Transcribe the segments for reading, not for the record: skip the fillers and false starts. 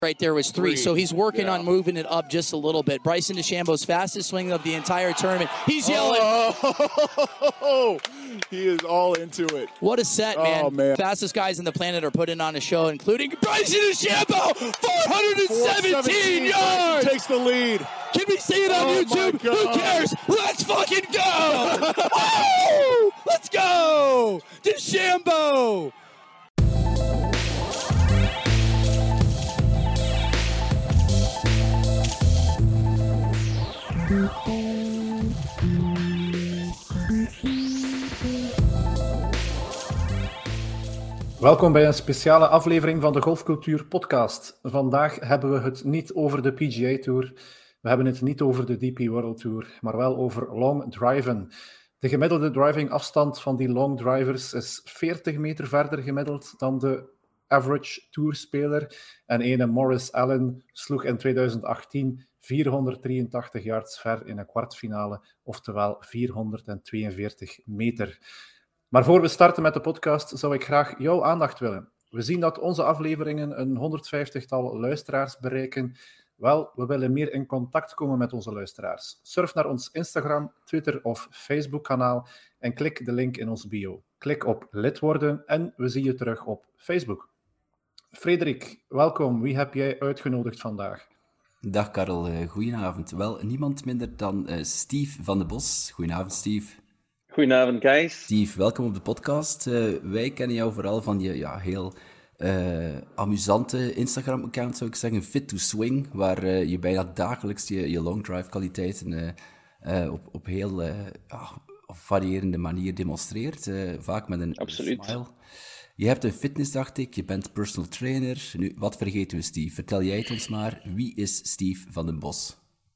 right there was 3. So he's working on moving it up just a little bit. Bryson DeChambeau's fastest swing of the entire tournament. He's yelling. Oh, he is all into it. What a set, man. Oh, man. Fastest guys on the planet are putting on a show, including Bryson DeChambeau, 417 yards. Takes the lead. Can we see it on YouTube? Who cares? Let's fucking go. Woo! Let's go. DeChambeau. Welkom bij een speciale aflevering van de Golfcultuur podcast. Vandaag hebben we het niet over de PGA Tour, we hebben het niet over de DP World Tour, maar wel over long driven. De gemiddelde drivingafstand van die long drivers is 40 meter verder gemiddeld dan de average tourspeler. En ene Morris Allen sloeg in 2018 483 yards ver in een kwartfinale, oftewel 442 meter. Maar voor we starten met de podcast, zou ik graag jouw aandacht willen. We zien dat onze afleveringen een 150-tal luisteraars bereiken. Wel, we willen meer in contact komen met onze luisteraars. Surf naar ons Instagram, Twitter of Facebook-kanaal en klik de link in ons bio. Klik op lid worden en we zien je terug op Facebook. Frederik, welkom. Wie heb jij uitgenodigd vandaag? Dag Karel, goedenavond. Wel, niemand minder dan Steve van de Bos. Goedenavond, Steve. Goedenavond, guys. Steve, welkom op de podcast. Wij kennen jou vooral van je heel amusante Instagram-account, zou ik zeggen, Fit to Swing, waar je bijna dagelijks je long drive kwaliteiten op heel variërende manier demonstreert. Vaak met een smile. Je hebt een fitness, dacht ik. Je bent personal trainer. Nu, wat vergeten we, Steve? Vertel jij het ons maar. Wie is Steve van den Bos?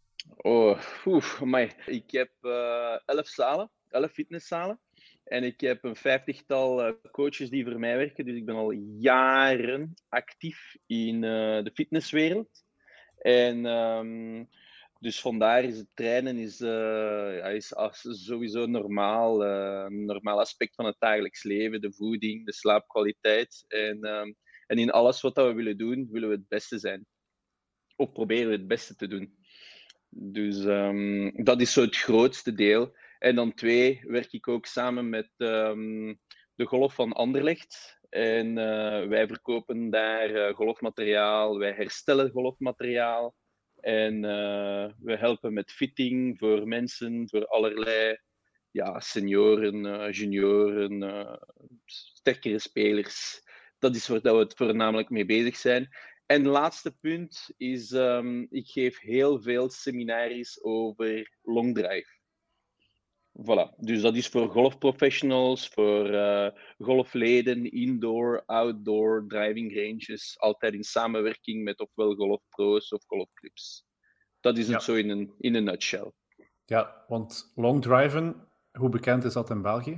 Amai. Ik heb 11 fitnesszalen. En ik heb een 50-tal coaches die voor mij werken. Dus ik ben al jaren actief in de fitnesswereld. En dus vandaar is het trainen is sowieso normaal. Een normaal aspect van het dagelijks leven. De voeding, de slaapkwaliteit. En in alles wat we willen doen, willen we het beste zijn. Of proberen we het beste te doen. Dus dat is zo het grootste deel. En dan 2 werk ik ook samen met de golf van Anderlecht. En wij verkopen daar golfmateriaal, wij herstellen golfmateriaal. En we helpen met fitting voor mensen, voor allerlei senioren, junioren, sterkere spelers. Dat is waar we het voornamelijk mee bezig zijn. En het laatste punt is, ik geef heel veel seminaries over long drive. Voilà, dus dat is voor golfprofessionals, voor golfleden, indoor, outdoor, driving ranges, altijd in samenwerking met ofwel golfpro's of golfclubs. Dat is het zo in een nutshell. Ja, want long driven, hoe bekend is dat in België?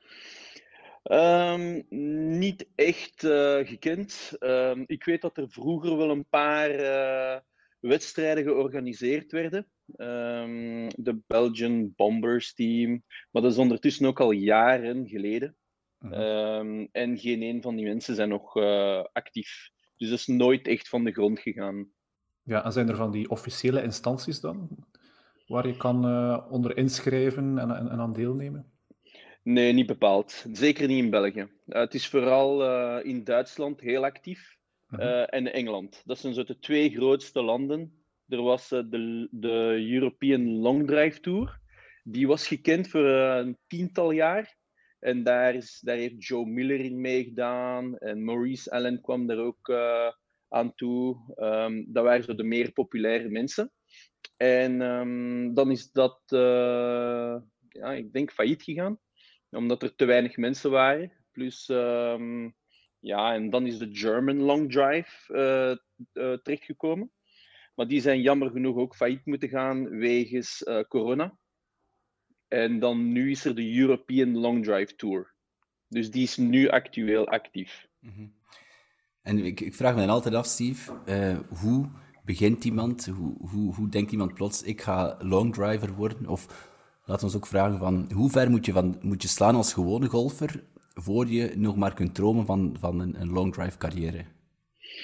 Niet echt gekend. Ik weet dat er vroeger wel een paar wedstrijden georganiseerd werden. De Belgian Bombers team. Maar dat is ondertussen ook al jaren geleden. En geen een van die mensen zijn nog actief. Dus dat is nooit echt van de grond gegaan. Ja, en zijn er van die officiële instanties dan? Waar je kan onder inschrijven en aan deelnemen? Nee, niet bepaald. Zeker niet in België. Het is vooral in Duitsland heel actief. En Engeland. Dat zijn zo de 2 grootste landen. Er was de European Long Drive Tour. Die was gekend voor een 10-tal jaar. En daar heeft Joe Miller in meegedaan. En Maurice Allen kwam daar ook aan toe. Dat waren zo de meer populaire mensen. En dan is dat, ik denk, failliet gegaan. Omdat er te weinig mensen waren. Plus, en dan is de German Long Drive terechtgekomen. Maar die zijn jammer genoeg ook failliet moeten gaan wegens corona. En dan nu is er de European Long Drive Tour. Dus die is nu actueel actief. En ik vraag me dan altijd af, Steve, hoe begint iemand, hoe denkt iemand plots, ik ga long driver worden? Of laten we ons ook vragen van, hoe ver moet je slaan als gewone golfer, voor je nog maar kunt dromen van een long drive carrière?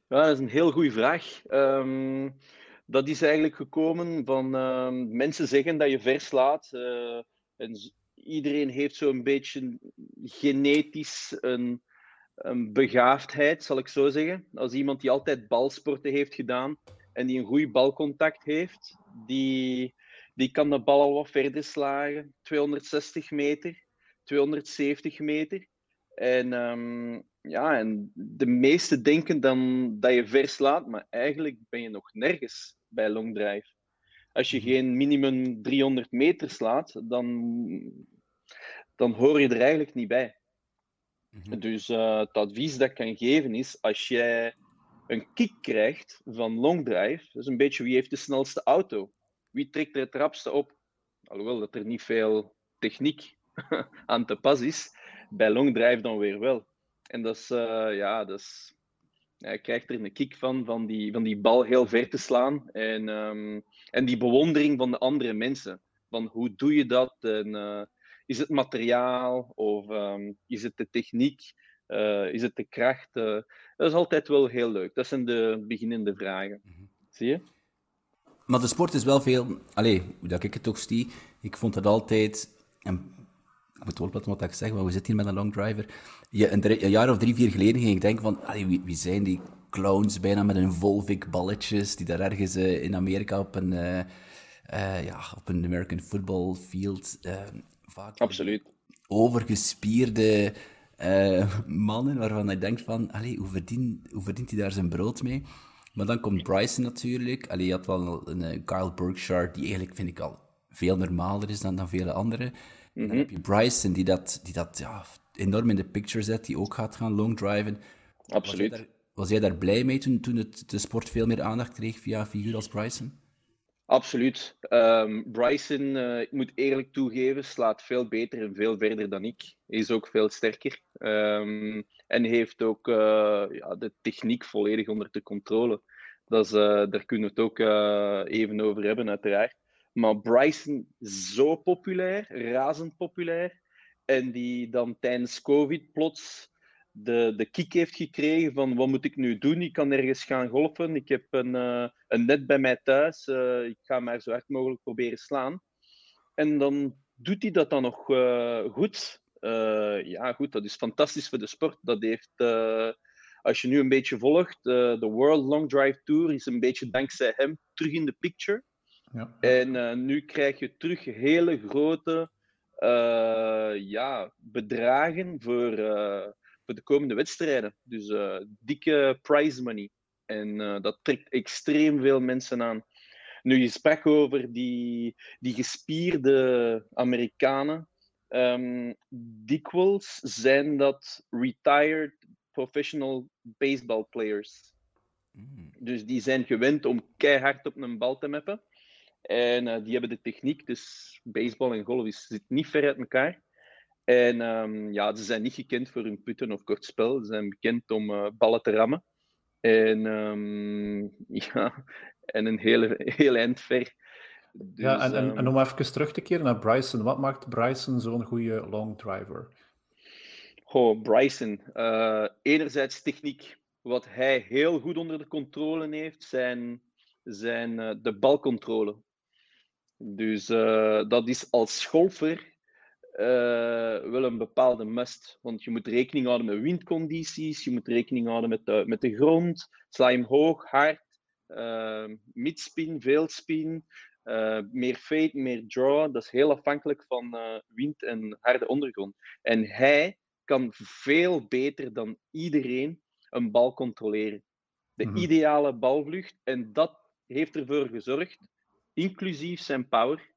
Ja, dat is een heel goede vraag. Dat is eigenlijk gekomen van mensen zeggen dat je verslaat. Iedereen heeft zo'n beetje genetisch een begaafdheid, zal ik zo zeggen. Als iemand die altijd balsporten heeft gedaan en die een goed balcontact heeft, die kan de bal al wat verder slagen. 260 meter, 270 meter. En de meesten denken dan dat je ver slaat, maar eigenlijk ben je nog nergens bij long drive. Als je geen minimum 300 meter slaat, dan hoor je er eigenlijk niet bij. Dus het advies dat ik kan geven is, als jij een kick krijgt van long drive, dat is een beetje wie heeft de snelste auto. Wie trekt er het rapste op? Alhoewel dat er niet veel techniek aan te pas is, bij long drive dan weer wel. En dat is, je krijgt er een kick van die bal heel ver te slaan. En die bewondering van de andere mensen. Van hoe doe je dat? En, is het materiaal? Of is het de techniek? Is het de kracht? Dat is altijd wel heel leuk. Dat zijn de beginnende vragen. Zie je? Maar de sport is wel veel... Allee, hoe dat ik het toch zie, ik vond het altijd... En ik moet wel wat ik zeg, maar we zitten hier met een long driver. Een jaar of 3, 4 geleden ging ik denken van... Allee, wie zijn die clowns bijna met een Volvic balletjes die daar ergens in Amerika op een American football field vaak... Absoluut. Overgespierde mannen waarvan je denkt van... Allee, hoe verdient hij daar zijn brood mee? Maar dan komt Bryson natuurlijk. Allee, je had wel een Kyle Berkshire, die eigenlijk, vind ik, al veel normaler is dan vele anderen. En dan heb je Bryson, die dat enorm in de picture zet, die ook gaat gaan longdriven. Absoluut. Was jij daar blij mee toen de sport veel meer aandacht kreeg via een figuur als Bryson? Absoluut. Bryson, ik moet eerlijk toegeven, slaat veel beter en veel verder dan ik. Hij is ook veel sterker. En heeft ook de techniek volledig onder de controle. Daar kunnen we het ook even over hebben, uiteraard. Maar Bryson, zo populair, razend populair. En die dan tijdens COVID plots de kick heeft gekregen van wat moet ik nu doen? Ik kan ergens gaan golfen. Ik heb een net bij mij thuis. Ik ga maar zo hard mogelijk proberen slaan. En dan doet hij dat dan nog goed. Goed, dat is fantastisch voor de sport. Dat heeft, als je nu een beetje volgt, de World Long Drive Tour is een beetje dankzij hem terug in de picture. Ja. En nu krijg je terug hele grote bedragen voor de komende wedstrijden. Dus dikke prize money. En dat trekt extreem veel mensen aan. Nu, je sprak over die gespierde Amerikanen. Dikwijls zijn dat retired professional baseball players. Dus die zijn gewend om keihard op een bal te mappen. En die hebben de techniek, dus baseball en golf zit niet ver uit elkaar. En ze zijn niet gekend voor hun putten of kort spel. Ze zijn bekend om ballen te rammen. En een heel eind ver. Dus, en om even terug te keren naar Bryson. Wat maakt Bryson zo'n goede long driver? Bryson. Enerzijds techniek. Wat hij heel goed onder de controle heeft, zijn de balcontrole. Dus dat is als golfer wel een bepaalde must. Want je moet rekening houden met windcondities, je moet rekening houden met de grond. Sla je hem hoog, hard, midspin, veel spin, meer fade, meer draw. Dat is heel afhankelijk van wind en harde ondergrond. En hij kan veel beter dan iedereen een bal controleren. De ideale balvlucht. En dat heeft ervoor gezorgd, inclusief zijn power,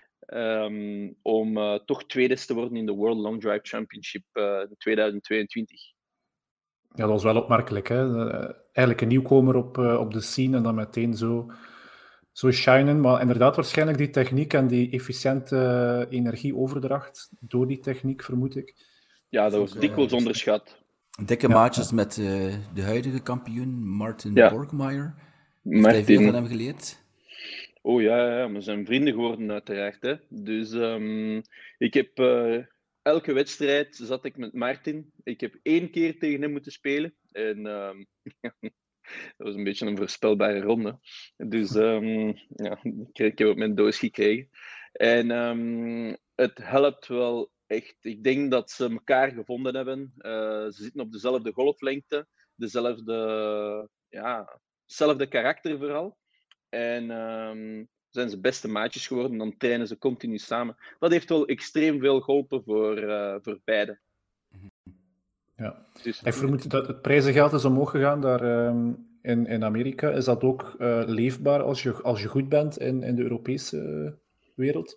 om toch tweede te worden in de World Long Drive Championship 2022. Ja, dat was wel opmerkelijk. Hè? Eigenlijk een nieuwkomer op de scene en dan meteen zo shinen. Maar inderdaad, waarschijnlijk die techniek en die efficiënte energieoverdracht door die techniek, vermoed ik. Ja, dat wordt dikwijls onderschat. Dikke maatjes met de huidige kampioen, Martin Borgmeier. Heeft hij veel van hem geleerd? Oh ja, we zijn vrienden geworden uiteraard. Hè. Dus ik heb elke wedstrijd zat ik met Martin. Ik heb 1 keer tegen hem moeten spelen. En Dat was een beetje een voorspelbare ronde. Dus ja, ik heb op mijn doos gekregen. En het helpt wel echt. Ik denk dat ze elkaar gevonden hebben. Ze zitten op dezelfde golflengte, hetzelfde karakter vooral. En zijn ze beste maatjes geworden. Dan trainen ze continu samen. Dat heeft wel extreem veel geholpen voor beiden. Ja. Dus, Ik vermoed dat het prijzengeld is omhoog gegaan daar in Amerika. Is dat ook leefbaar als je goed bent in de Europese wereld?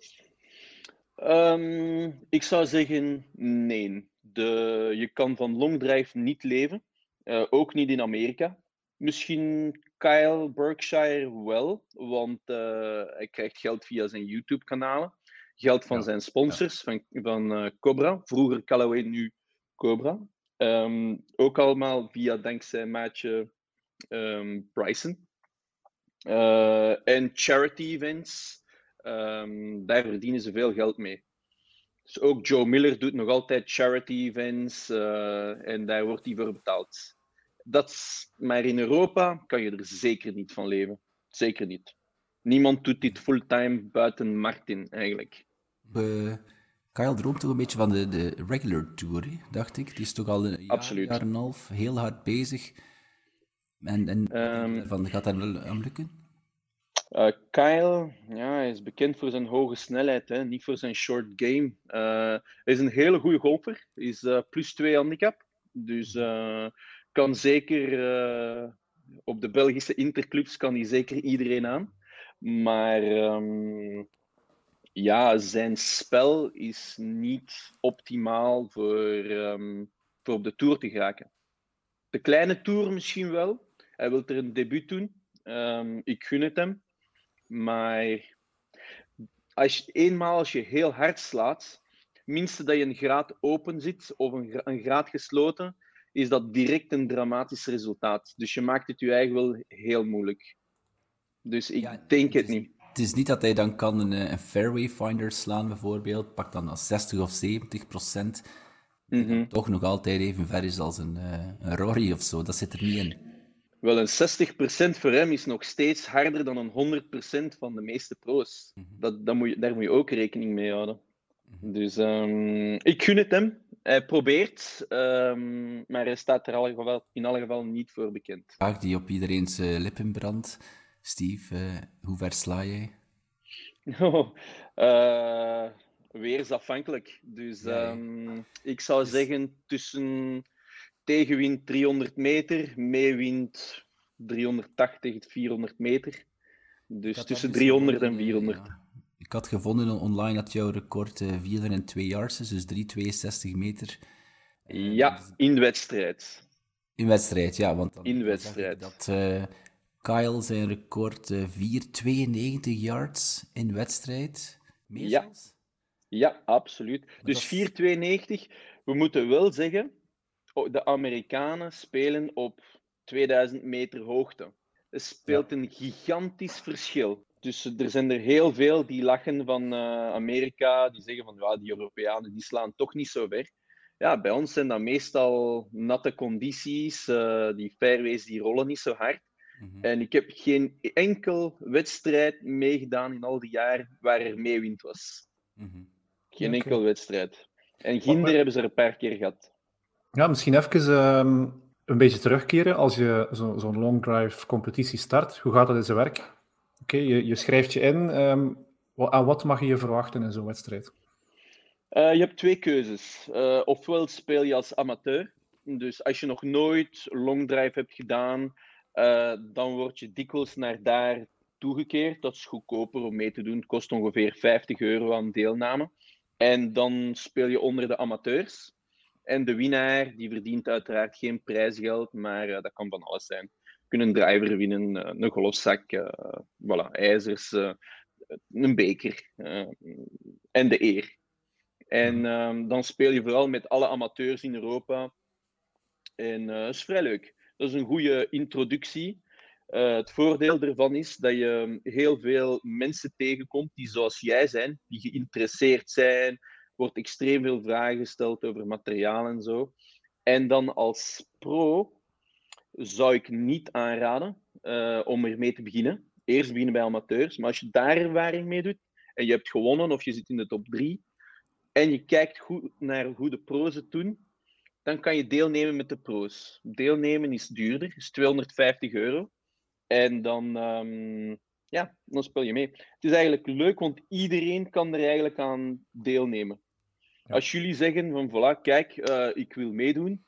Ik zou zeggen nee. Je kan van longdrive niet leven. Ook niet in Amerika. Misschien Kyle Berkshire wel, want hij krijgt geld via zijn YouTube-kanalen. Geld van zijn sponsors, van Cobra. Vroeger Callaway, nu Cobra. Ook allemaal dankzij maatje Bryson. En charity events. Daar verdienen ze veel geld mee. Dus ook Joe Miller doet nog altijd charity events en daar wordt hij voor betaald. Maar in Europa kan je er zeker niet van leven. Zeker niet. Niemand doet dit fulltime buiten Martin, eigenlijk. Kyle droomt toch een beetje van de regular tour, hè, dacht ik. Die is toch al een jaar en een half heel hard bezig. En gaat dat wel aan lukken? Kyle, hij is bekend voor zijn hoge snelheid, hè? Niet voor zijn short game. Hij is een hele goede golfer. Hij is +2 handicap. Dus kan zeker op de Belgische interclubs kan hij zeker iedereen aan. Maar zijn spel is niet optimaal voor op de Tour te geraken. De kleine Tour misschien wel. Hij wil er een debuut doen. Ik gun het hem. Maar als je heel hard slaat, minstens dat je een graad open zit of een graad gesloten, is dat direct een dramatisch resultaat. Dus je maakt het je eigen wel heel moeilijk. Dus ik denk het niet. Het is niet dat hij dan kan een fairway finder slaan bijvoorbeeld, pak dan al 60 of 70%, die dan toch nog altijd even ver is als een Rory of zo. Dat zit er niet in. Wel, een 60% voor hem is nog steeds harder dan een 100% van de meeste pro's. Daar moet je ook rekening mee houden. Dus ik gun het hem. Hij probeert, maar hij staat er in alle geval niet voor bekend. Vraag die op iedereen's lippen brandt. Steve, hoe ver sla jij? Weersafhankelijk. Dus ik zou zeggen tussen tegenwind 300 meter, meewind 380 tot 400 meter. Dus tussen 300 en 400. Ik had gevonden online dat jouw record 402 yards is, dus 362 meter. Ja, in wedstrijd. In wedstrijd, ja. Want dan in wedstrijd. Dat Kyle zijn record 492 yards in wedstrijd. Ja, absoluut. Maar dus 492, we moeten wel zeggen, de Amerikanen spelen op 2000 meter hoogte. Er speelt een gigantisch verschil. Dus er zijn er heel veel die lachen van Amerika, die zeggen van die Europeanen die slaan toch niet zo ver. Ja, bij ons zijn dat meestal natte condities, die fairways die rollen niet zo hard. En ik heb geen enkel wedstrijd meegedaan in al die jaren waar er meewind was. Geen enkel wedstrijd. En Ginder hebben ze er een paar keer gehad. Ja, misschien even een beetje terugkeren als je zo'n long drive competitie start. Hoe gaat dat in zijn werk? Oké, je schrijft je in. Aan wat mag je je verwachten in zo'n wedstrijd? Je hebt twee keuzes. Ofwel speel je als amateur. Dus als je nog nooit long drive hebt gedaan, dan word je dikwijls naar daar toegekeerd. Dat is goedkoper om mee te doen. Het kost ongeveer €50 aan deelname. En dan speel je onder de amateurs. En de winnaar die verdient uiteraard geen prijsgeld, maar dat kan van alles zijn. Je kunt een driver winnen, een golfzak, ijzers, een beker en de eer. En dan speel je vooral met alle amateurs in Europa. En dat is vrij leuk. Dat is een goede introductie. Het voordeel ervan is dat je heel veel mensen tegenkomt die zoals jij zijn, die geïnteresseerd zijn. Wordt extreem veel vragen gesteld over materiaal en zo. En dan als pro zou ik niet aanraden om ermee te beginnen. Eerst beginnen bij amateurs. Maar als je daar ervaring mee doet en je hebt gewonnen of je zit in de top 3 en je kijkt goed naar hoe de pro's het doen, dan kan je deelnemen met de pro's. Deelnemen is duurder, is €250. En dan speel je mee. Het is eigenlijk leuk, want iedereen kan er eigenlijk aan deelnemen. Ja. Als jullie zeggen van voilà, kijk, ik wil meedoen.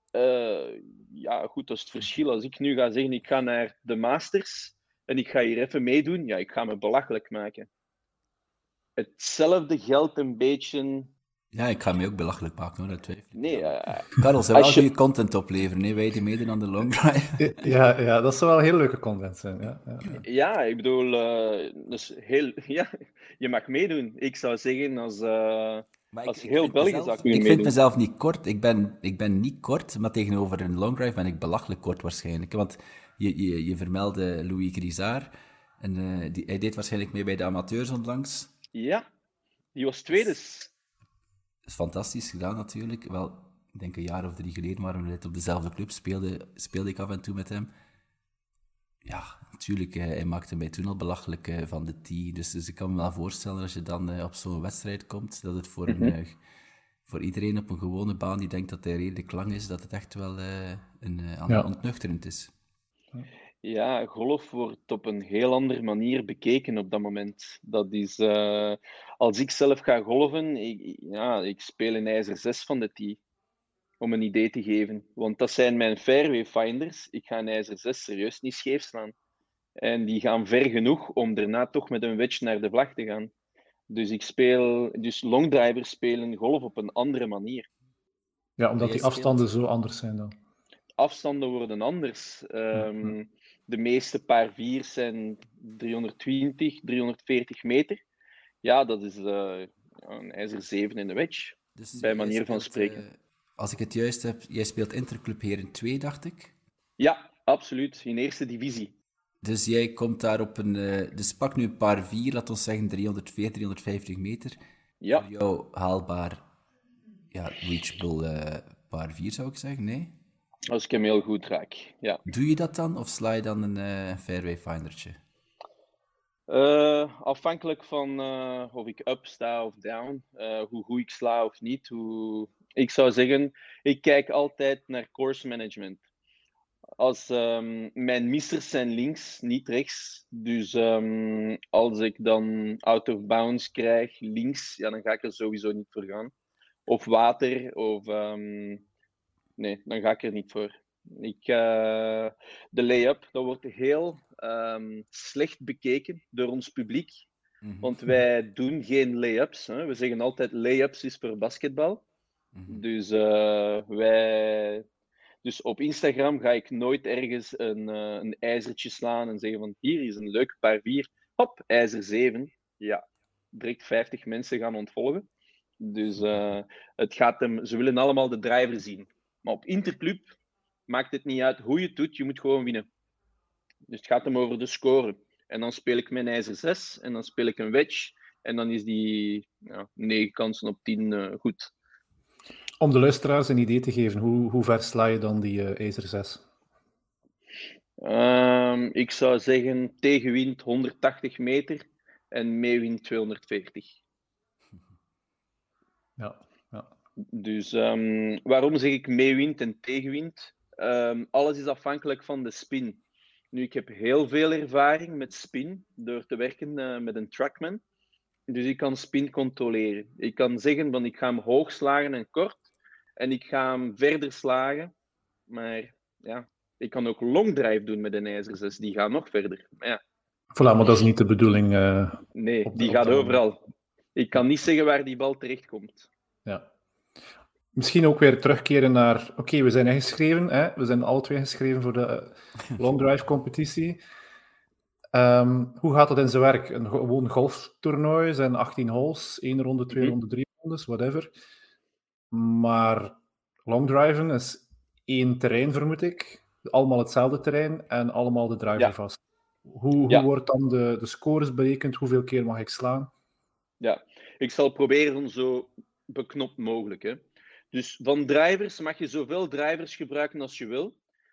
Ja, goed, dat is het verschil. Als ik nu ga zeggen, ik ga naar de Masters en ik ga hier even meedoen, ja, ik ga me belachelijk maken. Hetzelfde geldt een beetje... Ja, ik ga me ook belachelijk maken, hoor, dat twijfel ik. Nee, Karel, zou wel als je- goede content opleveren, hè? Wij die meedoen aan de long drive. Ja, dat zou wel heel leuke content zijn. Ja. Ja, ik bedoel, dus heel, ja, je mag meedoen. Ik zou zeggen, Maar als heel België zou kunnen ik vind meedoen. mezelf niet kort. Ik ben niet kort, maar tegenover een long drive ben ik belachelijk kort waarschijnlijk. Want je vermeldde Louis Grisard. En hij deed waarschijnlijk mee bij de amateurs onlangs. Ja, die was tweede. Dat is fantastisch gedaan natuurlijk. Wel, ik denk een jaar of 3 geleden waren we net op dezelfde club. Speelde ik af en toe met hem. Ja, natuurlijk, hij maakte mij toen al belachelijk van de tee. Dus ik kan me wel voorstellen, als je dan op zo'n wedstrijd komt, dat het voor iedereen op een gewone baan die denkt dat hij redelijk lang is, dat het echt wel ontnuchterend is. Ja, golf wordt op een heel andere manier bekeken op dat moment. Dat is, als ik zelf ga golven, ik speel een ijzer 6 van de tee. Om een idee te geven. Want dat zijn mijn fairway finders. Ik ga een ijzer 6 serieus niet scheef slaan. En die gaan ver genoeg om daarna toch met een wedge naar de vlag te gaan. Dus longdrivers spelen golf op een andere manier. Ja, omdat jij die afstanden zo anders zijn dan. Afstanden worden anders. De meeste paar viers zijn 320, 340 meter. Ja, dat is een ijzer 7 in de wedge. Dus Bij jij manier van speelt, spreken. als ik het juist heb, jij speelt Interclub Heren 2, dacht ik. Ja, absoluut. In eerste divisie. Dus jij komt daar op een... dus pak nu een paar 4, laat ons zeggen 340, 350 meter. Ja. Voor jou haalbaar, ja, reachable paar 4 zou ik zeggen, nee? Als ik hem heel goed raak, ja. Doe je dat dan, of sla je dan een fairway findertje? Afhankelijk van of ik up sta of down, hoe goed ik sla of niet. Ik zou zeggen, ik kijk altijd naar course management. Als mijn missers zijn links, niet rechts. Dus als ik dan out of bounds krijg links, ja, dan ga ik er sowieso niet voor gaan. Of water, of nee, dan ga ik er niet voor. De lay-up, dat wordt heel slecht bekeken door ons publiek. Want wij doen geen lay-ups. Hè. We zeggen altijd lay-ups is voor basketbal. Dus Dus op Instagram ga ik nooit ergens een ijzertje slaan en zeggen van hier is een leuk paar 4. Hop, ijzer 7. Ja, direct 50 mensen gaan ontvolgen. Dus ze willen allemaal de driver zien. Maar op Interclub maakt het niet uit hoe je het doet, je moet gewoon winnen. Dus het gaat hem over de score. En dan speel ik mijn ijzer 6 en dan speel ik een wedge. En dan is die 9 kansen op 10 goed. Om de luisteraars een idee te geven, hoe ver sla je dan die ijzer 6? Ik zou zeggen tegenwind 180 meter en meewind 240. Ja. Dus waarom zeg ik meewind en tegenwind? Alles is afhankelijk van de spin. Nu, ik heb heel veel ervaring met spin door te werken met een trackman. Dus ik kan spin controleren. Ik kan zeggen van ik ga hem hoog slagen en kort. En ik ga hem verder slagen. Maar ja, ik kan ook long drive doen met een ijzer 6. Die gaat nog verder. Maar ja. Voilà, maar dat is niet de bedoeling. Nee, die gaat overal. Ik kan niet zeggen waar die bal terechtkomt. Ja. Misschien ook weer terugkeren naar... Oké, we zijn ingeschreven. Hè? We zijn alle twee ingeschreven voor de long drive competitie. Hoe gaat dat in zijn werk? Een gewoon golftoernooi zijn 18 holes, 1 ronde, 2 ronde, 3 rondes, whatever. Maar longdriven is 1 terrein, vermoed ik. Allemaal hetzelfde terrein en allemaal de driver vast. Hoe wordt dan de scores berekend? Hoeveel keer mag ik slaan? Ja, ik zal proberen zo beknopt mogelijk. Hè. Dus van drivers mag je zoveel drivers gebruiken als je wil.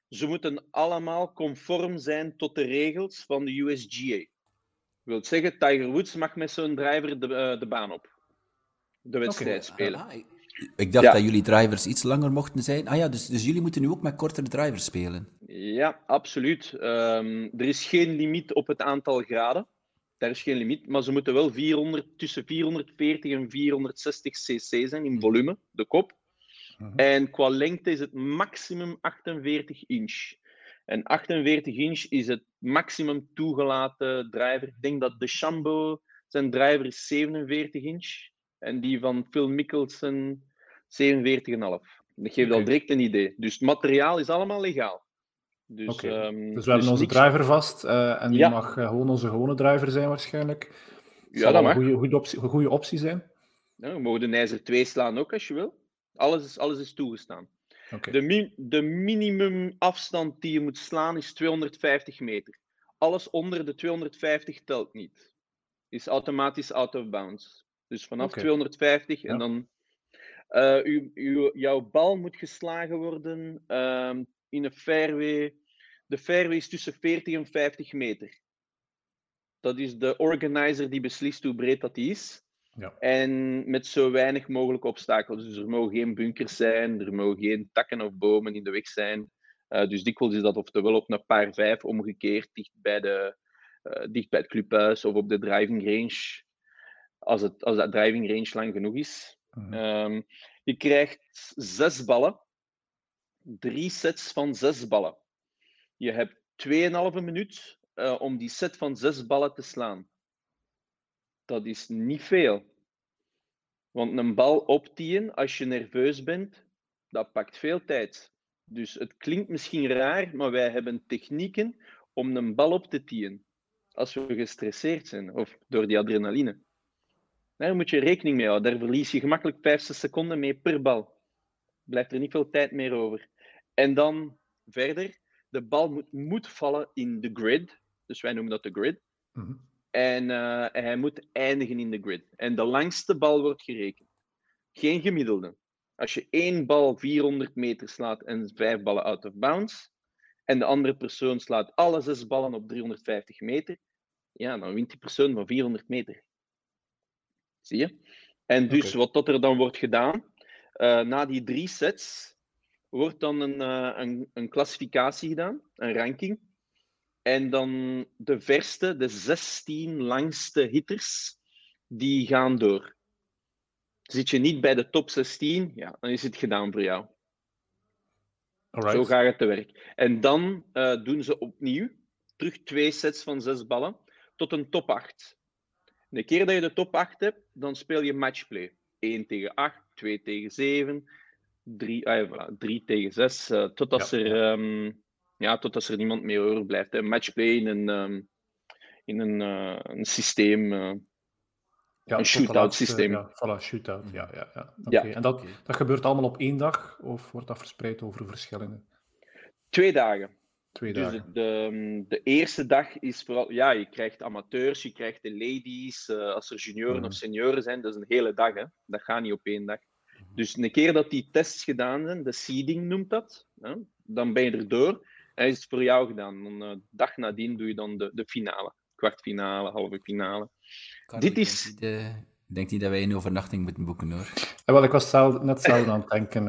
Ze moeten allemaal conform zijn tot de regels van de USGA. Dat wil zeggen, Tiger Woods mag met zo'n driver de baan op. De wedstrijd spelen. Ah, ik dacht dat jullie drivers iets langer mochten zijn. Ah ja, dus jullie moeten nu ook met kortere drivers spelen. Ja, absoluut. Er is geen limiet op het aantal graden. Daar is geen limiet, maar ze moeten wel tussen 440 en 460 cc zijn in volume, de kop. En qua lengte is het maximum 48 inch. En 48 inch is het maximum toegelaten driver. Ik denk dat DeChambeau, zijn driver is 47 inch. En die van Phil Mickelson 47,5. Dat geeft al direct een idee. Dus het materiaal is allemaal legaal. Dus, dus we hebben onze driver vast en die mag gewoon onze gewone driver zijn waarschijnlijk. Ja, dat mag. Een goede optie zijn. Ja, we mogen de ijzer 2 slaan ook als je wil. Alles is toegestaan. Okay. De minimum afstand die je moet slaan is 250 meter. Alles onder de 250 telt niet. Is automatisch out of bounds. Dus vanaf 250 en dan... jouw bal moet geslagen worden in een fairway. De fairway is tussen 40 en 50 meter. Dat is de organizer die beslist hoe breed dat is. Ja. En met zo weinig mogelijk obstakels. Dus er mogen geen bunkers zijn, er mogen geen takken of bomen in de weg zijn. Dus dikwijls is dat oftewel op een paar 5 omgekeerd, dicht bij het clubhuis of op de driving range. Als dat driving range lang genoeg is. Je krijgt 6 ballen. 3 sets van 6 ballen. Je hebt 2,5 minuut om die set van 6 ballen te slaan. Dat is niet veel. Want een bal optien als je nerveus bent, dat pakt veel tijd. Dus het klinkt misschien raar, maar wij hebben technieken om een bal op te tien. Als we gestresseerd zijn, of door die adrenaline. Daar moet je rekening mee houden. Daar verlies je gemakkelijk 5-6 seconden mee per bal. Blijft er niet veel tijd meer over. En dan verder, de bal moet vallen in de grid. Dus wij noemen dat de grid. En hij moet eindigen in de grid. En de langste bal wordt gerekend. Geen gemiddelde. Als je 1 bal 400 meter slaat en 5 ballen out of bounds, en de andere persoon slaat alle 6 ballen op 350 meter, ja, dan wint die persoon van 400 meter. Zie je? En dus wat er dan wordt gedaan, na die 3 sets, wordt dan een klassificatie gedaan, een ranking. En dan de verste, de 16 langste hitters, die gaan door. Zit je niet bij de top 16, ja, dan is het gedaan voor jou. Alright. Zo gaat het te werk. En dan doen ze opnieuw, terug 2 sets van 6 ballen, tot een top 8. De keer dat je de top 8 hebt, dan speel je matchplay. 1 tegen 8, 2 tegen 7, 3 tegen 6, totdat er niemand meer overblijft. Matchplay in een systeem, een shootout systeem. Ja, voilà, shootout. Ja. Okay. En dat gebeurt allemaal op 1 dag, of wordt dat verspreid over verschillende? 2 dagen. 2 dagen. Dus de eerste dag is vooral... Ja, je krijgt amateurs, je krijgt de ladies. Als er junioren of senioren zijn, dat is een hele dag. Hè. Dat gaat niet op 1 dag. Dus een keer dat die tests gedaan zijn, de seeding noemt dat, hè, dan ben je erdoor. En is het voor jou gedaan. Dan, dag nadien doe je dan de finale. Kwartfinale, halve finale. Karel, denk niet dat wij een overnachting moeten boeken, hoor. Wel, ik was net zelf aan het denken.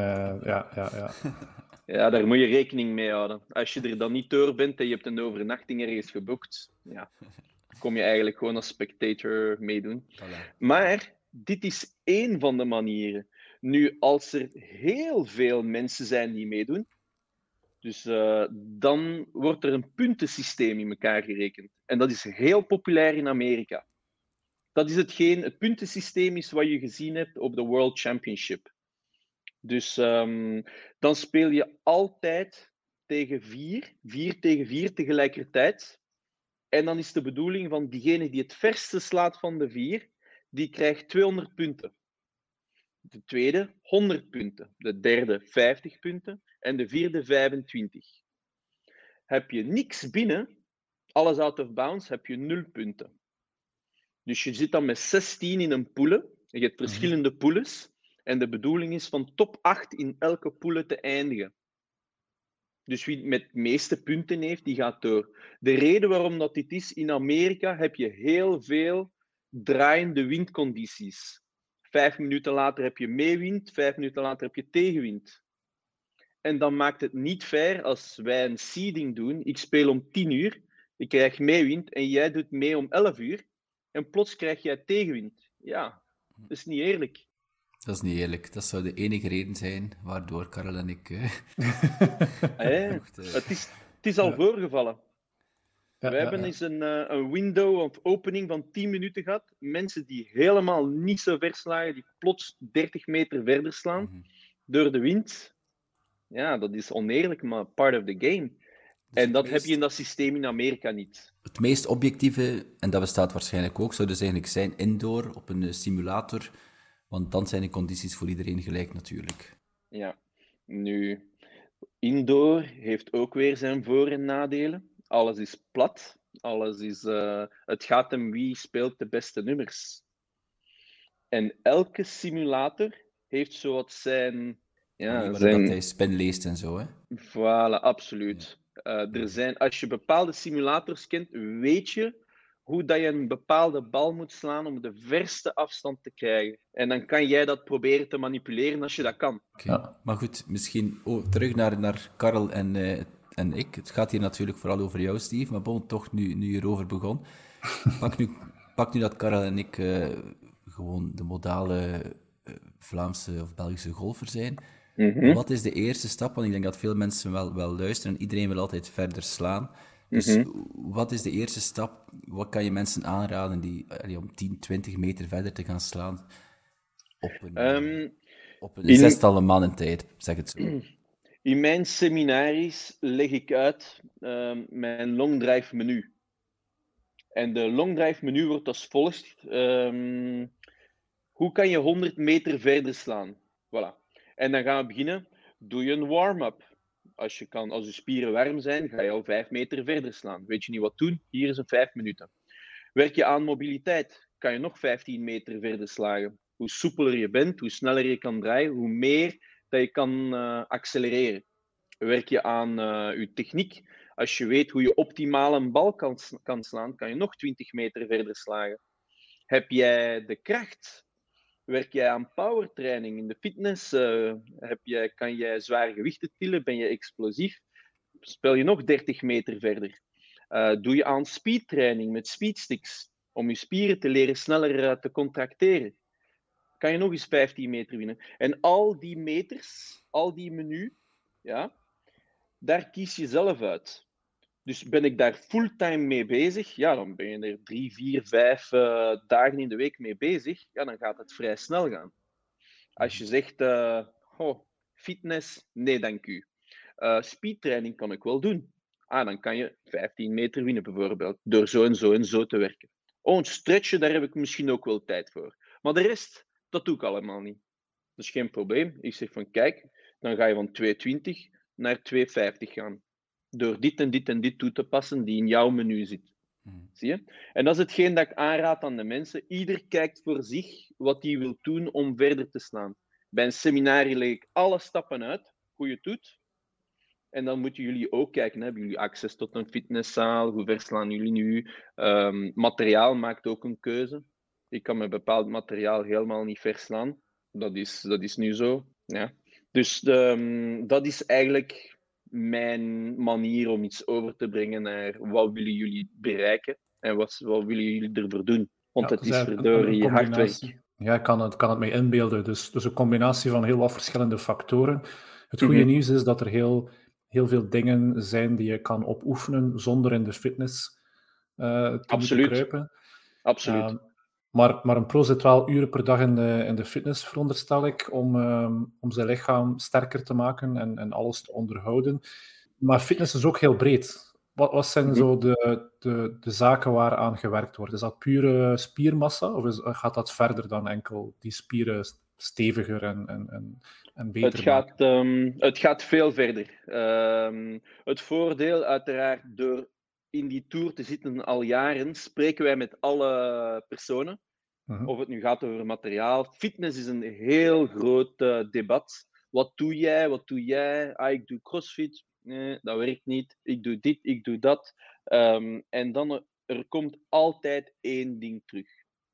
Ja, daar moet je rekening mee houden. Als je er dan niet door bent en je hebt een overnachting ergens geboekt, ja, kom je eigenlijk gewoon als spectator meedoen. Voilà. Maar dit is 1 van de manieren. Nu, als er heel veel mensen zijn die meedoen, dus dan wordt er een puntensysteem in elkaar gerekend. En dat is heel populair in Amerika. Dat is het puntensysteem is wat je gezien hebt op de World Championship. Dus dan speel je altijd tegen 4 tegen 4 tegelijkertijd. En dan is de bedoeling van diegene die het verste slaat van de 4, die krijgt 200 punten. De tweede 100 punten, de derde 50 punten en de vierde 25. Heb je niks binnen, alles out of bounds, heb je 0 punten. Dus je zit dan met 16 in een poelen. Je hebt verschillende poules. En de bedoeling is van top 8 in elke poele te eindigen. Dus wie het met de meeste punten heeft, die gaat door. De reden waarom dat dit is, in Amerika heb je heel veel draaiende windcondities. 5 minuten later heb je meewind, 5 minuten later heb je tegenwind. En dan maakt het niet fair als wij een seeding doen. Ik speel om 10 uur, ik krijg meewind en jij doet mee om 11 uur. En plots krijg jij tegenwind. Ja, dat is niet eerlijk. Dat is niet eerlijk. Dat zou de enige reden zijn waardoor Karel en ik... Het is al voorgevallen. Ja, We hebben eens een window of opening van 10 minuten gehad. Mensen die helemaal niet zo ver slagen, die plots 30 meter verder slaan door de wind. Ja, dat is oneerlijk, maar part of the game. Dus en dat heb je in dat systeem in Amerika niet. Het meest objectieve, en dat bestaat waarschijnlijk ook, zou dus eigenlijk zijn indoor op een simulator, want dan zijn de condities voor iedereen gelijk natuurlijk. Ja, nu, indoor heeft ook weer zijn voor- en nadelen. Alles is plat. Alles is, het gaat om wie speelt de beste nummers. En elke simulator heeft zo wat zijn... Ja, dat hij spin leest en zo, hè? Voilà, absoluut. Als je bepaalde simulators kent, weet je hoe dat je een bepaalde bal moet slaan om de verste afstand te krijgen. En dan kan jij dat proberen te manipuleren als je dat kan. Okay. Ja. Maar goed, misschien terug naar Karel en ik. Het gaat hier natuurlijk vooral over jou, Steve, maar bon, toch, nu je erover begon. Pak nu dat Karel en ik gewoon de modale Vlaamse of Belgische golfer zijn. Mm-hmm. Wat is de eerste stap? Want ik denk dat veel mensen wel luisteren en iedereen wil altijd verder slaan. Dus wat is de eerste stap? Wat kan je mensen aanraden die om 10, 20 meter verder te gaan slaan op een zestallen mannentijd, zeg het zo? In mijn seminaries leg ik uit mijn long drive menu. En de long drive menu wordt als volgt. Hoe kan je 100 meter verder slaan? Voilà. En dan gaan we beginnen. Doe je een warm-up. Als je spieren warm zijn, ga je al 5 meter verder slaan. Weet je niet wat doen? Hier is een 5 minuten. Werk je aan mobiliteit, kan je nog 15 meter verder slagen. Hoe soepeler je bent, hoe sneller je kan draaien, hoe meer dat je kan accelereren. Werk je aan je techniek. Als je weet hoe je optimaal een bal kan slaan, kan je nog 20 meter verder slagen. Heb jij de kracht? Werk jij aan powertraining in de fitness? Kan jij zware gewichten tillen? Ben je explosief? Speel je nog 30 meter verder? Doe je aan speedtraining met speedsticks om je spieren te leren sneller te contracteren? Kan je nog eens 15 meter winnen? En al die meters, al die menu, ja, daar kies je zelf uit. Dus ben ik daar fulltime mee bezig, ja, dan ben je er 3, 4, 5 dagen in de week mee bezig, ja, dan gaat het vrij snel gaan. Als je zegt, fitness, nee dank u. Speedtraining kan ik wel doen. Dan kan je 15 meter winnen bijvoorbeeld, door zo en zo en zo te werken. Een stretchen, daar heb ik misschien ook wel tijd voor. Maar de rest, dat doe ik allemaal niet. Dat is geen probleem. Ik zeg van, kijk, dan ga je van 2,20 naar 2,50 gaan. Door dit en dit en dit toe te passen die in jouw menu zit. Zie je? En dat is hetgeen dat ik aanraad aan de mensen. Ieder kijkt voor zich wat hij wil doen om verder te slaan. Bij een seminarie leg ik alle stappen uit, hoe je het doet. En dan moeten jullie ook kijken, hebben jullie access tot een fitnesszaal? Hoe ver slaan jullie nu? Materiaal maakt ook een keuze. Ik kan met bepaald materiaal helemaal niet verslaan. Dat is nu zo. Ja. Dus dat is eigenlijk mijn manier om iets over te brengen naar wat willen jullie bereiken en wat willen jullie ervoor doen. Want het is verdorie hard werk. Ja, ik kan het mij inbeelden. Dus een combinatie van heel wat verschillende factoren. Het goede nieuws is dat er heel veel dingen zijn die je kan opoefenen zonder in de fitness te moeten kruipen. Absoluut. Maar een pro zit wel uren per dag in de fitness, veronderstel ik, om zijn lichaam sterker te maken en alles te onderhouden. Maar fitness is ook heel breed. Wat zijn zo de zaken waar aan gewerkt wordt? Is dat pure spiermassa of gaat dat verder dan enkel die spieren steviger en beter maken? Het gaat veel verder. Het voordeel uiteraard door in die tour te zitten al jaren, spreken wij met alle personen. Of het nu gaat over materiaal. Fitness is een heel groot debat. Wat doe jij? Ik doe crossfit. Nee, dat werkt niet. Ik doe dit, ik doe dat. En dan, er komt altijd één ding terug.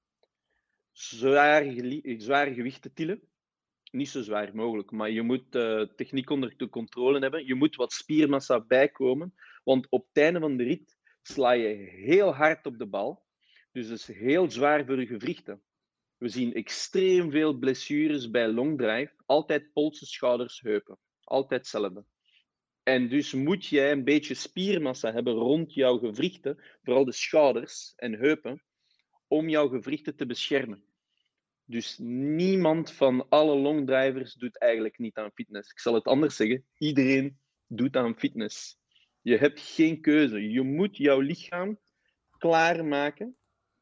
Zware gewichten tillen. Niet zo zwaar mogelijk, maar je moet techniek onder de controle hebben. Je moet wat spiermassa bijkomen, want op het einde van de rit sla je heel hard op de bal. Dus dat is heel zwaar voor je gewrichten. We zien extreem veel blessures bij longdrive. Altijd polsen, schouders, heupen. Altijd hetzelfde. En dus moet jij een beetje spiermassa hebben rond jouw gewrichten, vooral de schouders en heupen, om jouw gewrichten te beschermen. Dus niemand van alle longdrivers doet eigenlijk niet aan fitness. Ik zal het anders zeggen. Iedereen doet aan fitness. Je hebt geen keuze. Je moet jouw lichaam klaarmaken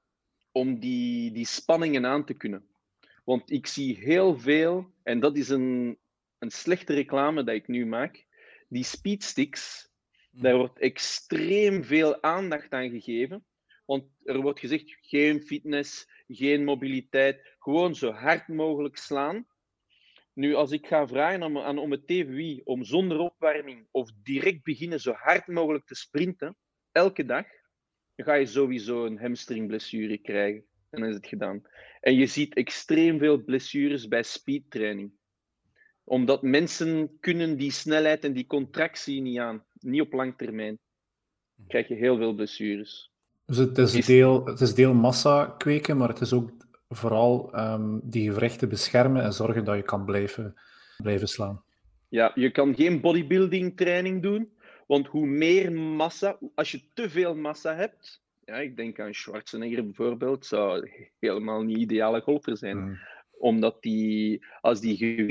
om die spanningen aan te kunnen. Want ik zie heel veel, en dat is een slechte reclame dat ik nu maak, die speedsticks, daar wordt extreem veel aandacht aan gegeven. Want er wordt gezegd, geen fitness, geen mobiliteit, gewoon zo hard mogelijk slaan. Nu, als ik ga vragen om het TVI om zonder opwarming of direct beginnen zo hard mogelijk te sprinten, elke dag, dan ga je sowieso een hamstringblessure krijgen. En dan is het gedaan. En je ziet extreem veel blessures bij speedtraining. Omdat mensen kunnen die snelheid en die contractie niet aan. Niet op lang termijn. Dan krijg je heel veel blessures. Dus het is deel massa kweken, maar het is ook vooral die gewrichten beschermen en zorgen dat je kan blijven slaan. Ja, je kan geen bodybuilding training doen, want hoe meer massa, als je te veel massa hebt, ja, ik denk aan Schwarzenegger bijvoorbeeld, zou helemaal niet ideale golfer zijn. Omdat als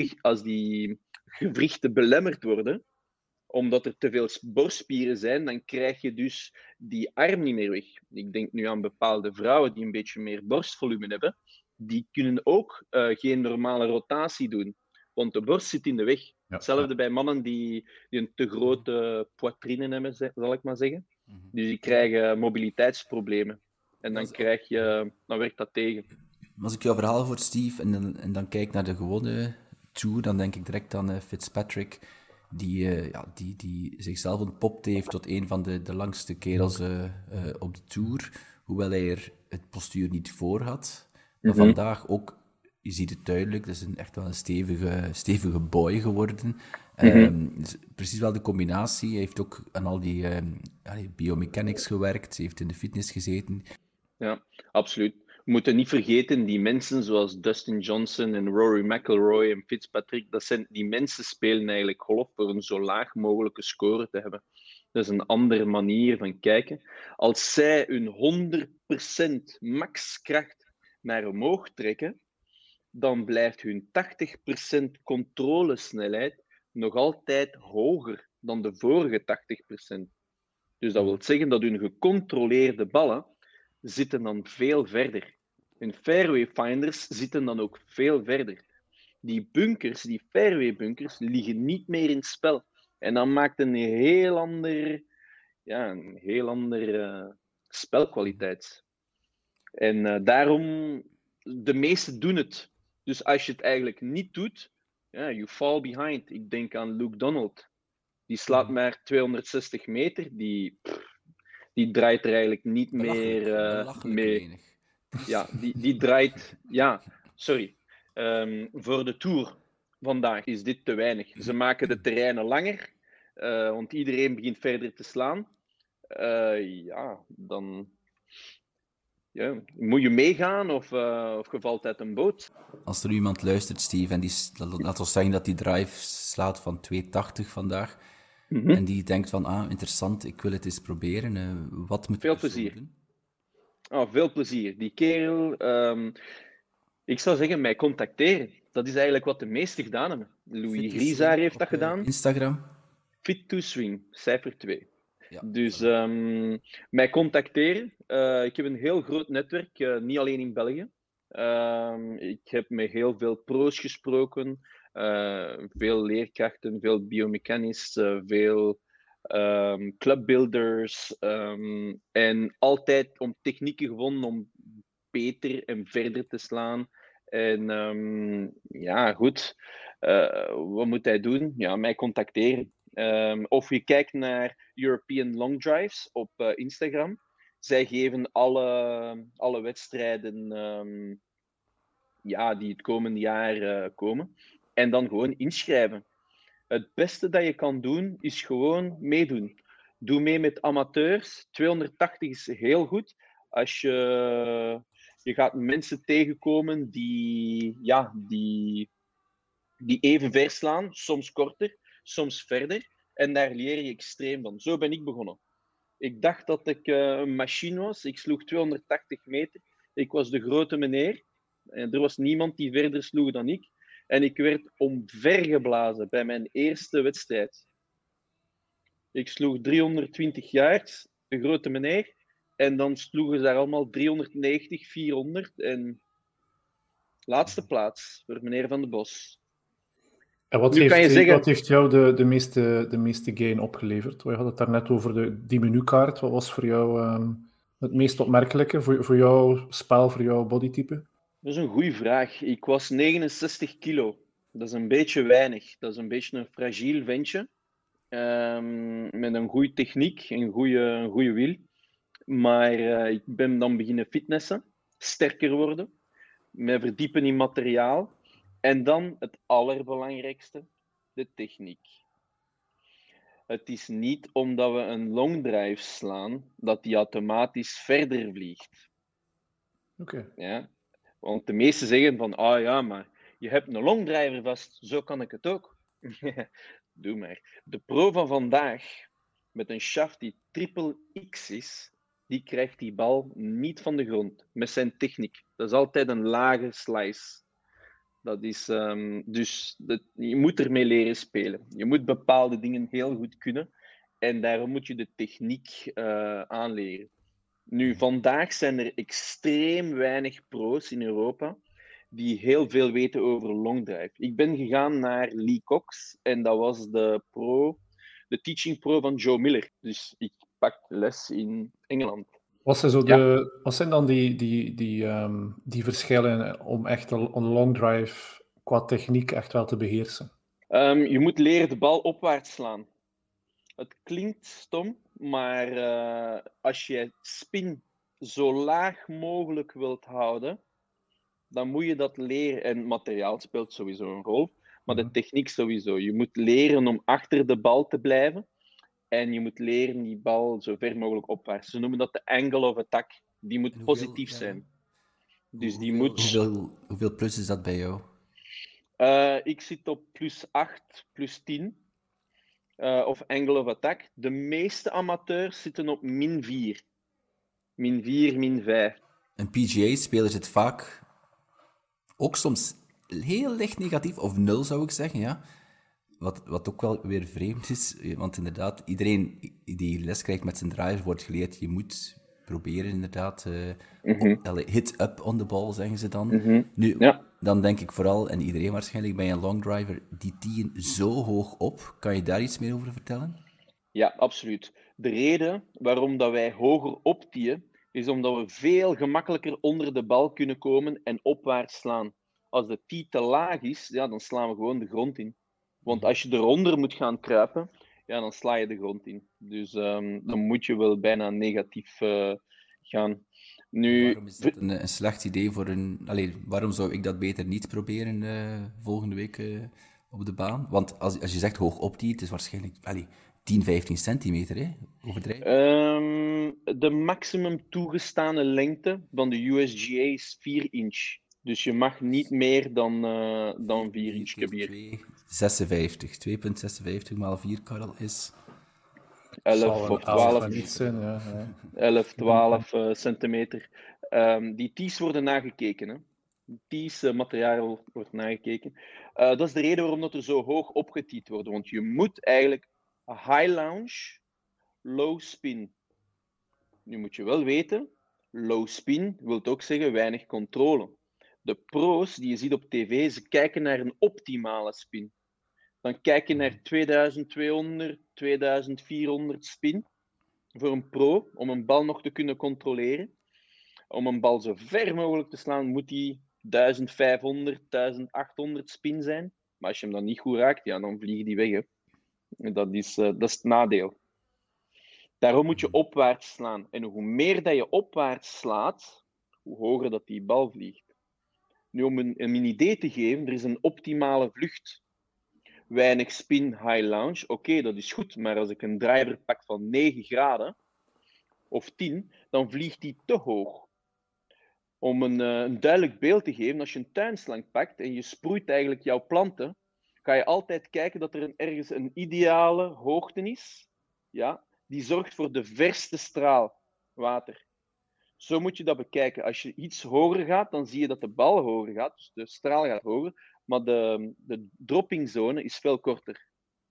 die gewrichten belemmerd worden, omdat er te veel borstspieren zijn, dan krijg je dus die arm niet meer weg. Ik denk nu aan bepaalde vrouwen die een beetje meer borstvolume hebben. Die kunnen ook geen normale rotatie doen, want de borst zit in de weg. Ja, hetzelfde bij mannen die een te grote poitrine hebben, zal ik maar zeggen. Dus die krijgen mobiliteitsproblemen. En dan werkt dat tegen. Als ik jouw verhaal hoor, Steve, en dan kijk naar de gewone Tour, dan denk ik direct aan Fitzpatrick, die zichzelf ontpopt heeft tot een van de langste kerels op de Tour, hoewel hij er het postuur niet voor had. Maar vandaag ook, je ziet het duidelijk, dat is echt wel een stevige boy geworden. Dus precies wel de combinatie. Hij heeft ook aan al die biomechanics gewerkt, hij heeft in de fitness gezeten. Ja, absoluut. We moeten niet vergeten, die mensen zoals Dustin Johnson en Rory McIlroy en Fitzpatrick, die mensen spelen eigenlijk golf voor een zo laag mogelijke score te hebben. Dat is een andere manier van kijken. Als zij hun 100% maxkracht naar omhoog trekken, dan blijft hun 80% controlesnelheid nog altijd hoger dan de vorige 80%. Dus dat wil zeggen dat hun gecontroleerde ballen zitten dan veel verder. Hun fairway finders zitten dan ook veel verder. Die bunkers, die fairway bunkers, liggen niet meer in het spel. En dat maakt een heel ander spelkwaliteit. En daarom, de meesten doen het. Dus als je het eigenlijk niet doet, you fall behind. Ik denk aan Luke Donald. Die slaat maar 260 meter. Die draait er eigenlijk niet meer mee. Ja, die draait... Ja, sorry. Voor de Tour vandaag is dit te weinig. Ze maken de terreinen langer, want iedereen begint verder te slaan. Dan... Ja, moet je meegaan of je valt uit een boot? Als er iemand luistert, Steve, en laten we zeggen dat die drive slaat van 280 vandaag, en die denkt van, interessant, ik wil het eens proberen. Wat moet veel plezier doen? Veel plezier. Die kerel, ik zou zeggen, mij contacteren. Dat is eigenlijk wat de meesten gedaan hebben. Louis Grisaar heeft dat gedaan. Instagram? Fit to Swing, cijfer 2. Ja, dus mij contacteren. Ik heb een heel groot netwerk, niet alleen in België. Ik heb met heel veel pro's gesproken, veel leerkrachten, veel biomechanists, veel clubbuilders en altijd om technieken gevonden om beter en verder te slaan. En goed, wat moet hij doen? Ja, mij contacteren. Of je kijkt naar European Long Drives op Instagram. Zij geven alle wedstrijden die het komende jaar komen. En dan gewoon inschrijven. Het beste dat je kan doen, is gewoon meedoen. Doe mee met amateurs. 280 is heel goed. Als je gaat mensen tegenkomen die even ver slaan, soms korter, soms verder. En daar leer je extreem van. Zo ben ik begonnen. Ik dacht dat ik een machine was. Ik sloeg 280 meter. Ik was de grote meneer. En er was niemand die verder sloeg dan ik. En ik werd omvergeblazen bij mijn eerste wedstrijd. Ik sloeg 320 yards, de grote meneer. En dan sloegen ze daar allemaal 390, 400. En laatste plaats voor meneer Van den Bos. En wat Nu kan je zeggen- wat heeft jou de meeste gain opgeleverd? We hadden het daarnet over die menukaart. Wat was voor jou het meest opmerkelijke voor jouw spel, voor jouw bodytype? Dat is een goede vraag. Ik was 69 kilo. Dat is een beetje weinig. Dat is een beetje een fragiel ventje. Met een goede techniek, een goede wiel. Maar ik ben dan beginnen fitnessen, sterker worden, me verdiepen in materiaal. En dan het allerbelangrijkste, de techniek. Het is niet omdat we een long drive slaan, dat die automatisch verder vliegt. Oké. Ja? Want de meesten zeggen van, maar je hebt een longdriver vast, zo kan ik het ook. Doe maar. De pro van vandaag, met een shaft die triple X is, die krijgt die bal niet van de grond, met zijn techniek. Dat is altijd een lage slice. Dat is, je moet ermee leren spelen. Je moet bepaalde dingen heel goed kunnen. En daarom moet je de techniek aanleren. Nu, vandaag zijn er extreem weinig pro's in Europa die heel veel weten over longdrive. Ik ben gegaan naar Lee Cox en dat was de teaching pro van Joe Miller. Dus ik pak les in Engeland. Wat zijn dan die verschillen om echt een long drive qua techniek echt wel te beheersen? Je moet leren de bal opwaarts slaan. Het klinkt stom, maar als je spin zo laag mogelijk wilt houden, dan moet je dat leren. En materiaal speelt sowieso een rol, maar de techniek sowieso. Je moet leren om achter de bal te blijven en je moet leren die bal zo ver mogelijk opwaarts. Ze noemen dat de angle of attack. Die moet positief zijn. Dus Hoeveel plus is dat bij jou? Ik zit op +8, +10. Of angle of attack. De meeste amateurs zitten op -4. -4, -5. Een PGA-speler zit vaak ook soms heel licht negatief, of 0 zou ik zeggen, ja. Wat ook wel weer vreemd is, want inderdaad, iedereen die les krijgt met zijn driver wordt geleerd, je moet proberen inderdaad, hit up on the ball, zeggen ze dan. Nu, dan denk ik vooral, en iedereen waarschijnlijk, bij een long driver, die tien zo hoog op. Kan je daar iets meer over vertellen? Ja, absoluut. De reden waarom dat wij hoger optieën, is omdat we veel gemakkelijker onder de bal kunnen komen en opwaarts slaan. Als de tee te laag is, dan slaan we gewoon de grond in. Want als je eronder moet gaan kruipen, dan sla je de grond in. Dus dan moet je wel bijna negatief gaan. Nu, waarom is dat een slecht idee voor een... waarom zou ik dat beter niet proberen volgende week op de baan? Want als je zegt hoog optie, het is waarschijnlijk 10, 15 centimeter, hè? Overdrijven? De maximum toegestane lengte van de USGA is 4 inch. Dus je mag niet meer dan 4 inch kabier. 2,56 maal 4, Karel, is... 11 of 12. 11, 12 centimeter. Die tees worden nagekeken. Hè? Tees materiaal wordt nagekeken. Dat is de reden waarom dat er zo hoog opgetiet wordt. Want je moet eigenlijk high launch, low spin. Nu moet je wel weten, low spin wil ook zeggen weinig controle. De pro's die je ziet op tv, ze kijken naar een optimale spin. Dan kijk je naar 2200, 2400 spin voor een pro, om een bal nog te kunnen controleren. Om een bal zo ver mogelijk te slaan, moet die 1500, 1800 spin zijn. Maar als je hem dan niet goed raakt, dan vliegen die weg. Hè. Dat is het nadeel. Daarom moet je opwaarts slaan. En hoe meer dat je opwaarts slaat, hoe hoger dat die bal vliegt. Nu, om een idee te geven, er is een optimale vlucht. Weinig spin, high launch. Oké, dat is goed, maar als ik een driver pak van 9 graden of 10, dan vliegt die te hoog. Om een duidelijk beeld te geven, als je een tuinslang pakt en je sproeit eigenlijk jouw planten, ga je altijd kijken dat er ergens een ideale hoogte is, ja, die zorgt voor de verste straal water. Zo moet je dat bekijken. Als je iets hoger gaat, dan zie je dat de bal hoger gaat, dus de straal gaat hoger, maar de droppingzone is veel korter.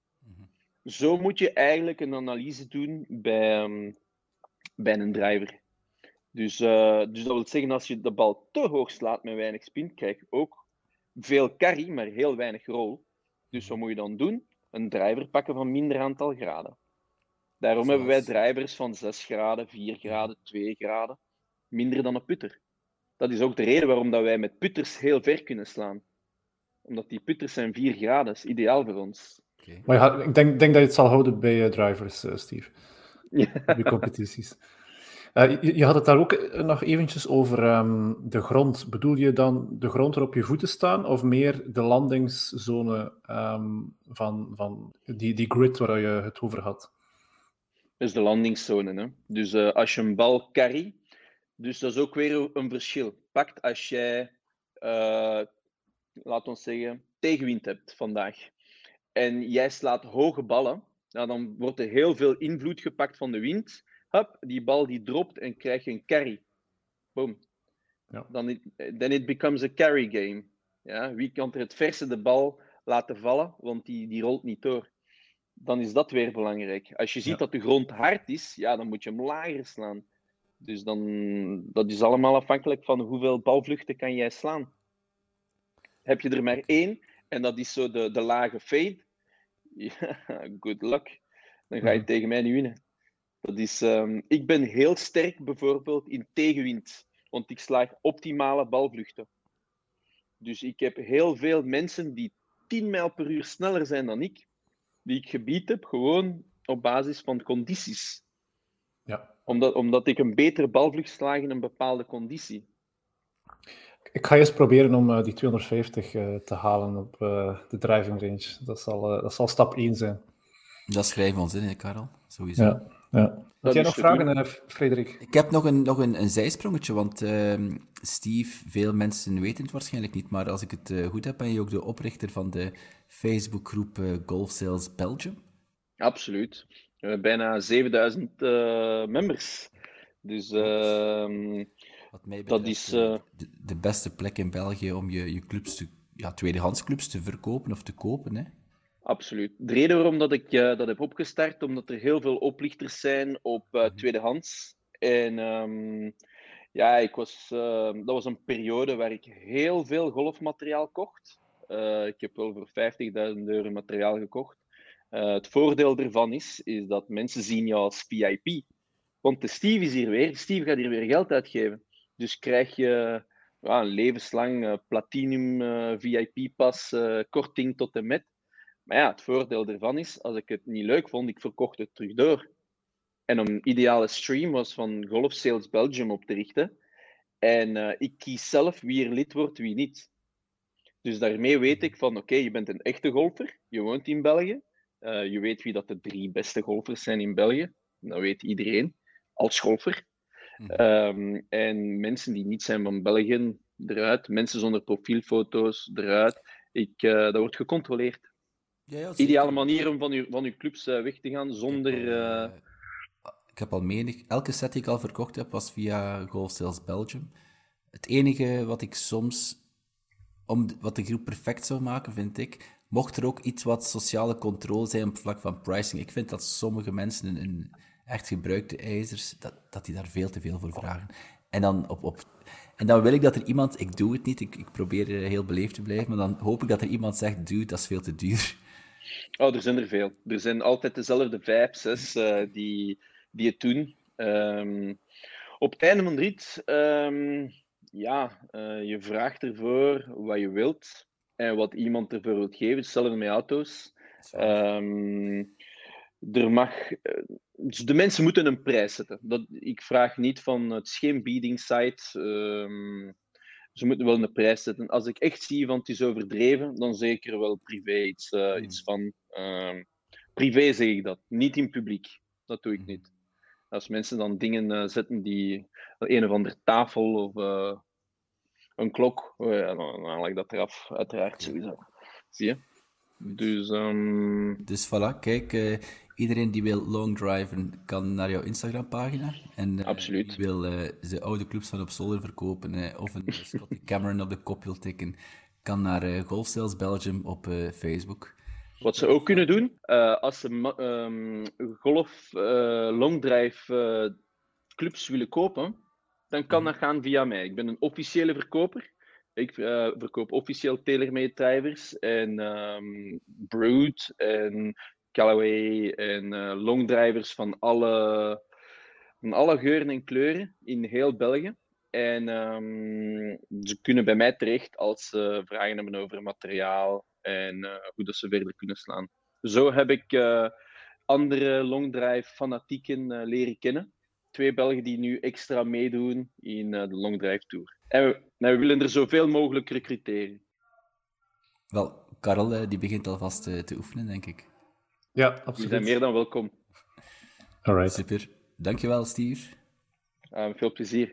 Zo moet je eigenlijk een analyse doen bij een driver. Dus dat wil zeggen, als je de bal te hoog slaat met weinig spin, krijg je ook veel carry, maar heel weinig rol. Dus wat moet je dan doen? Een driver pakken van minder aantal graden. Daarom hebben wij drivers van 6 graden, 4 graden, 2 graden. Minder dan een putter. Dat is ook de reden waarom dat wij met putters heel ver kunnen slaan. Omdat die putters zijn 4 graden, dat is ideaal voor ons. Okay. Maar ja, ik denk dat je het zal houden bij drivers, Steve. Bij competities. Je had het daar ook nog eventjes over de grond. Bedoel je dan de grond waarop je voeten staan, of meer de landingszone van die grid waar je het over had? Dat is de landingszone. Hè? Dus als je een bal carry, dus dat is ook weer een verschil. Pakt als jij, laten we zeggen, tegenwind hebt vandaag. En jij slaat hoge ballen, nou, dan wordt er heel veel invloed gepakt van de wind. Hup, die bal die dropt en krijg je een carry. Boom. Ja. Then it becomes a carry game. Ja, wie kan er het verste de bal laten vallen, want die rolt niet door. Dan is dat weer belangrijk. Als je ziet dat de grond hard is, ja, dan moet je hem lager slaan. Dus dat is allemaal afhankelijk van hoeveel balvluchten kan jij slaan. Heb je er maar 1, en dat is zo de lage fade, ja, good luck. Dan ga je tegen mij niet winnen. Dat is, ik ben heel sterk bijvoorbeeld in tegenwind, want ik slaag optimale balvluchten. Dus ik heb heel veel mensen die 10 mijl per uur sneller zijn dan ik, die ik gebied heb, gewoon op basis van condities. Ja. Omdat ik een betere balvlucht slaag in een bepaalde conditie. Ik ga eens proberen om die 250 te halen op de driving range. Dat zal stap 1 zijn. Dat schrijven we ons in, hè, Karel? Sowieso. Ja. Had jij nog vragen, Frederik? Ik heb nog een zijsprongetje, want Steve, veel mensen weten het waarschijnlijk niet, maar als ik het goed heb, ben je ook de oprichter van de Facebookgroep Golf Sales Belgium? Absoluut. Bijna 7000 members. Dus wat mij betreft, dat is de beste plek in België om je clubs tweedehands clubs te verkopen of te kopen, hè? Absoluut. De reden waarom dat ik dat heb opgestart, omdat er heel veel oplichters zijn op tweedehands. En dat was een periode waar ik heel veel golfmateriaal kocht. Ik heb wel voor €50.000 materiaal gekocht. Het voordeel ervan is dat mensen zien jou als VIP. Want de Steve is hier weer. Steve gaat hier weer geld uitgeven. Dus krijg je een levenslang platinum VIP-pas, korting tot en met. Maar ja, het voordeel ervan is, als ik het niet leuk vond, ik verkocht het terug door. En een ideale stream was van Golf Sales Belgium op te richten. En ik kies zelf wie er lid wordt, wie niet. Dus daarmee weet ik van, oké, je bent een echte golfer, je woont in België. Je weet wie dat de 3 beste golfers zijn in België. Dat weet iedereen, als golfer. En mensen die niet zijn van België, eruit. Mensen zonder profielfoto's, eruit. Dat wordt gecontroleerd. Ja, ideale manier om van uw clubs weg te gaan zonder... Ik heb al elke set die ik al verkocht heb, was via Golf Sales Belgium. Het enige wat ik soms, wat de groep perfect zou maken, vind ik, mocht er ook iets wat sociale controle zijn op het vlak van pricing. Ik vind dat sommige mensen een echt gebruikte ijzers, dat die daar veel te veel voor vragen. En dan wil ik dat er iemand, ik doe het niet, ik probeer heel beleefd te blijven, maar dan hoop ik dat er iemand zegt, dude, dat is veel te duur. Oh, er zijn er veel. Er zijn altijd dezelfde 5, 6 die het doen. Op het einde van de rit, je vraagt ervoor wat je wilt en wat iemand ervoor wilt geven. Hetzelfde met auto's. Er mag, dus de mensen moeten een prijs zetten. Ik vraag niet van, het is geen bieding site. Ze moeten wel een prijs zetten. Als ik echt zie van het is overdreven, dan zeker wel privé. Iets van privé zeg ik dat, niet in publiek. Dat doe ik niet. Als mensen dan dingen zetten die een of andere tafel of een klok, dan haal ik dat eraf, uiteraard sowieso. Zie je? Dus voilà, kijk, iedereen die wil longdriven kan naar jouw Instagram-pagina. En absoluut. Die wil de oude clubs van op zolder verkopen of een Scotty Cameron op de kop wil tikken, kan naar Golf Sales Belgium op Facebook. Wat ze ook kunnen doen, als ze golf longdrive clubs willen kopen, dan kan dat gaan via mij. Ik ben een officiële verkoper. Ik verkoop officieel TaylorMade drivers en Brood en Callaway en longdrivers van alle geuren en kleuren in heel België. En ze kunnen bij mij terecht als ze vragen hebben over materiaal en hoe dat ze verder kunnen slaan. Zo heb ik andere longdrive fanatieken leren kennen. 2 Belgen die nu extra meedoen in de Longdrive Tour. En we willen er zoveel mogelijk recruteren. Wel, Karel die begint alvast te oefenen, denk ik. Ja, absoluut. Die zijn meer dan welkom. Alright. Super. Dankjewel, Steve. Veel plezier.